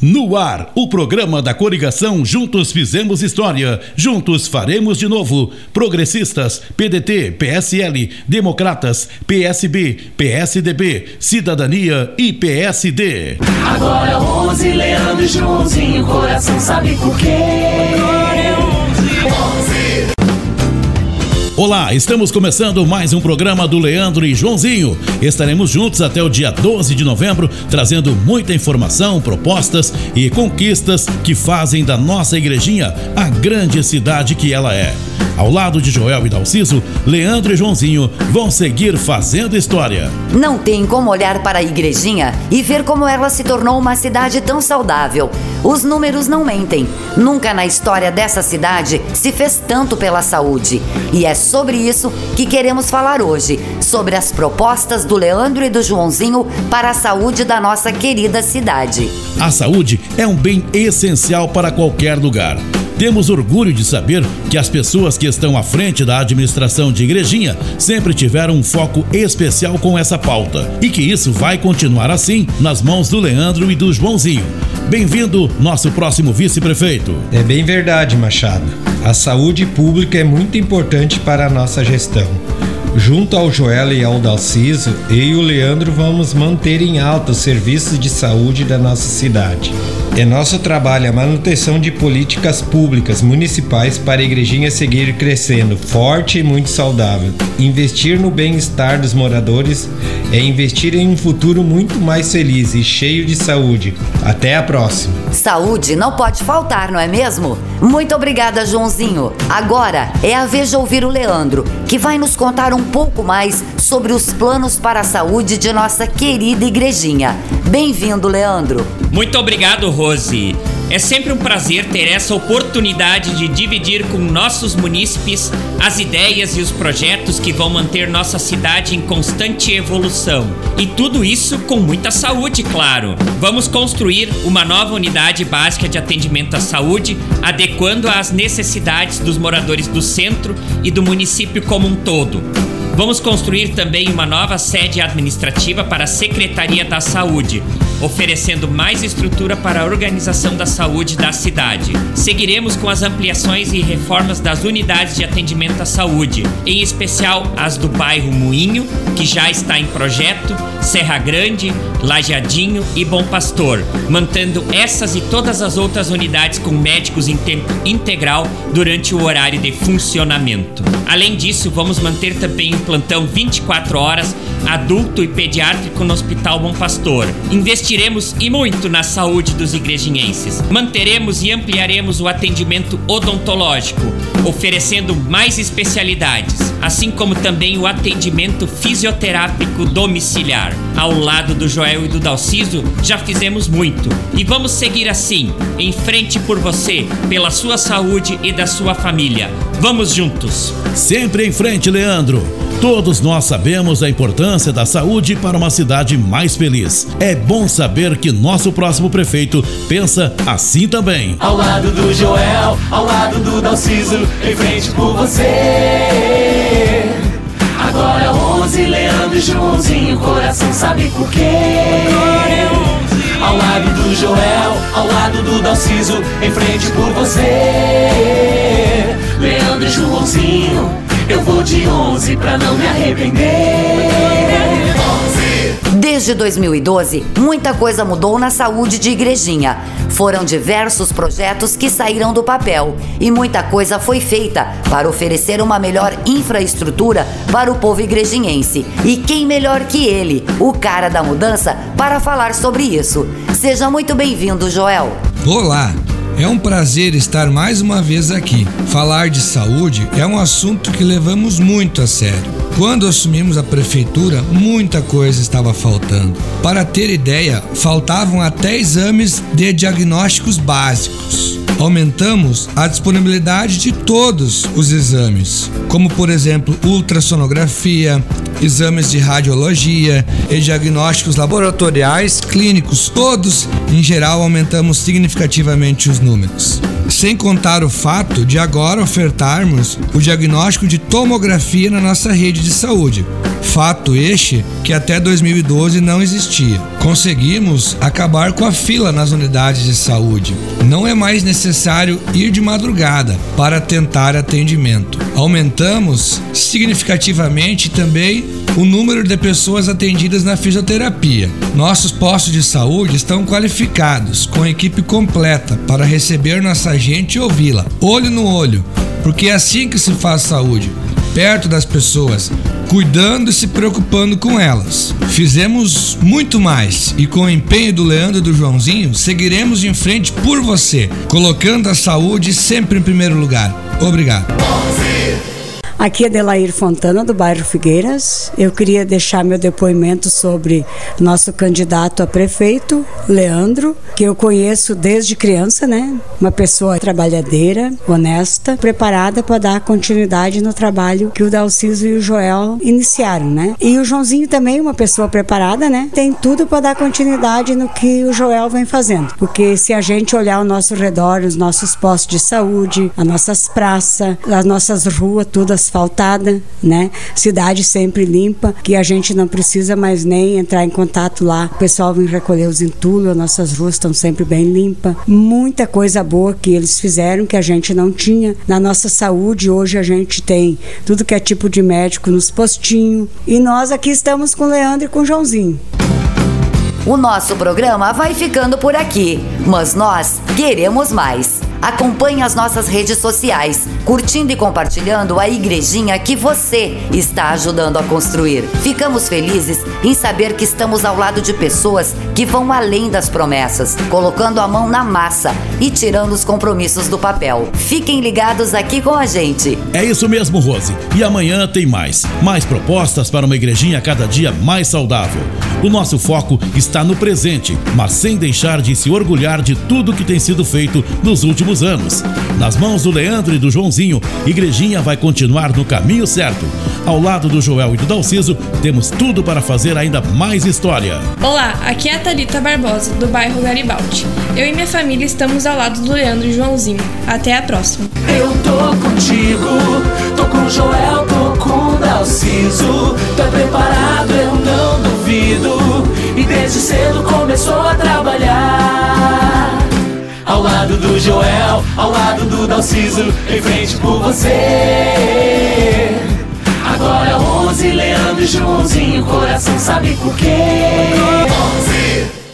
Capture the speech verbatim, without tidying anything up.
No ar, o programa da coligação Juntos Fizemos História, Juntos Faremos de Novo. Progressistas, P D T, P S L, Democratas, P S B, P S D B, Cidadania e P S D. Agora onze, Leandro e Joãozinho, o coração sabe por quê. Agora é onze, onze. Olá, estamos começando mais um programa do Leandro e Joãozinho. Estaremos juntos até o dia doze de novembro, trazendo muita informação, propostas e conquistas que fazem da nossa igrejinha a grande cidade que ela é. Ao lado de Joel e Dalciso, Leandro e Joãozinho vão seguir fazendo história. Não tem como olhar para a igrejinha e ver como ela se tornou uma cidade tão saudável. Os números não mentem. Nunca na história dessa cidade se fez tanto pela saúde. E é sobre isso que queremos falar hoje, sobre as propostas do Leandro e do Joãozinho para a saúde da nossa querida cidade. A saúde é um bem essencial para qualquer lugar. Temos orgulho de saber que as pessoas que estão à frente da administração de Igrejinha sempre tiveram um foco especial com essa pauta e que isso vai continuar assim nas mãos do Leandro e do Joãozinho. Bem-vindo, nosso próximo vice-prefeito. É bem verdade, Machado. A saúde pública é muito importante para a nossa gestão. Junto ao Joel e ao Dalciso, eu e o Leandro vamos manter em alta os serviços de saúde da nossa cidade. É nosso trabalho a manutenção de políticas públicas municipais para a igrejinha seguir crescendo forte e muito saudável. Investir no bem-estar dos moradores é investir em um futuro muito mais feliz e cheio de saúde. Até a próxima. Saúde não pode faltar, não é mesmo? Muito obrigada, Joãozinho. Agora é a vez de ouvir o Leandro, que vai nos contar um pouco mais sobre os planos para a saúde de nossa querida igrejinha. Bem-vindo, Leandro. Muito obrigado, Rose. É sempre um prazer ter essa oportunidade de dividir com nossos munícipes as ideias e os projetos que vão manter nossa cidade em constante evolução. E tudo isso com muita saúde, claro. Vamos construir uma nova unidade básica de atendimento à saúde, adequando às necessidades dos moradores do centro e do município como um todo. Vamos construir também uma nova sede administrativa para a Secretaria da Saúde, oferecendo mais estrutura para a organização da saúde da cidade. Seguiremos com as ampliações e reformas das unidades de atendimento à saúde, em especial as do bairro Moinho, que já está em projeto, Serra Grande, Lajeadinho e Bom Pastor, mantendo essas e todas as outras unidades com médicos em tempo integral durante o horário de funcionamento. Além disso, vamos manter também um plantão vinte e quatro horas adulto e pediátrico no Hospital Bom Pastor. Investiremos e muito na saúde dos igrejinhenses. Manteremos e ampliaremos o atendimento odontológico, oferecendo mais especialidades, assim como também o atendimento fisioterápico domiciliar. Ao lado do Joel e do Dalciso, já fizemos muito. E vamos seguir assim, em frente por você, pela sua saúde e da sua família. Vamos juntos! Sempre em frente, Leandro! Todos nós sabemos a importância da saúde para uma cidade mais feliz. É bom saber que nosso próximo prefeito pensa assim também. Ao lado do Joel, ao lado do Dalciso, em frente por você. Agora onze, Leandro e Joãozinho, o coração sabe por quê. Agora é onze. Ao lado do Joel, ao lado do Dalciso, em frente por você. Leandro e Joãozinho, eu vou de onze pra não me arrepender. Desde dois mil e doze, muita coisa mudou na saúde de Igrejinha. Foram diversos projetos que saíram do papel e muita coisa foi feita para oferecer uma melhor infraestrutura para o povo igrejinhense. E quem melhor que ele, o cara da mudança, para falar sobre isso? Seja muito bem-vindo, Joel. Olá! É um prazer estar mais uma vez aqui. Falar de saúde é um assunto que levamos muito a sério. Quando assumimos a prefeitura, muita coisa estava faltando. Para ter ideia, faltavam até exames de diagnósticos básicos. Aumentamos a disponibilidade de todos os exames, como por exemplo ultrassonografia, exames de radiologia e diagnósticos laboratoriais clínicos. Todos, em geral, aumentamos significativamente os números. Sem contar o fato de agora ofertarmos o diagnóstico de tomografia na nossa rede de saúde. Fato este que até dois mil e doze não existia. Conseguimos acabar com a fila nas unidades de saúde. Não é mais necessário ir de madrugada para tentar atendimento. Aumentamos significativamente também o número de pessoas atendidas na fisioterapia. Nossos postos de saúde estão qualificados, com equipe completa, para receber nossa gente e ouvi-la, olho no olho, porque é assim que se faz saúde, perto das pessoas, cuidando e se preocupando com elas. Fizemos muito mais e com o empenho do Leandro e do Joãozinho, seguiremos em frente por você, colocando a saúde sempre em primeiro lugar. Obrigado. Aqui é Adelair Fontana, do bairro Figueiras. Eu queria deixar meu depoimento sobre nosso candidato a prefeito, Leandro, que eu conheço desde criança, né? Uma pessoa trabalhadeira, honesta, preparada para dar continuidade no trabalho que o Dalciso e o Joel iniciaram, né? E o Joãozinho também, uma pessoa preparada, né? Tem tudo para dar continuidade no que o Joel vem fazendo. Porque se a gente olhar ao nosso redor, os nossos postos de saúde, as nossas praças, as nossas ruas, tudo asfaltada, né? Cidade sempre limpa, que a gente não precisa mais nem entrar em contato lá. O pessoal vem recolher os entulhos, as nossas ruas estão sempre bem limpas. Muita coisa boa que eles fizeram que a gente não tinha. Na nossa saúde, hoje a gente tem tudo que é tipo de médico nos postinhos. E nós aqui estamos com o Leandro e com o Joãozinho. O nosso programa vai ficando por aqui, mas nós queremos mais. Acompanhe as nossas redes sociais, curtindo e compartilhando a igrejinha que você está ajudando a construir. Ficamos felizes em saber que estamos ao lado de pessoas que vão além das promessas, colocando a mão na massa e tirando os compromissos do papel. Fiquem ligados aqui com a gente. É isso mesmo, Rose. E amanhã tem mais. Mais propostas para uma igrejinha cada dia mais saudável. O nosso foco está no presente, mas sem deixar de se orgulhar de tudo que tem sido feito nos últimos anos. Nas mãos do Leandro e do Joãozinho, Igrejinha vai continuar no caminho certo. Ao lado do Joel e do Dalciso, temos tudo para fazer ainda mais história. Olá, aqui é a Thalita Barbosa, do bairro Garibaldi. Eu e minha família estamos ao lado do Leandro e Joãozinho. Até a próxima. Eu tô contigo, tô com o Joel, tô com o Dalciso. Tá preparado, eu não duvido. E desde cedo começou a trabalhar. Ao lado do Joel, ao lado do Dalciso, em frente por você. Agora onze, Leandro e Joãozinho, coração sabe por quê. onze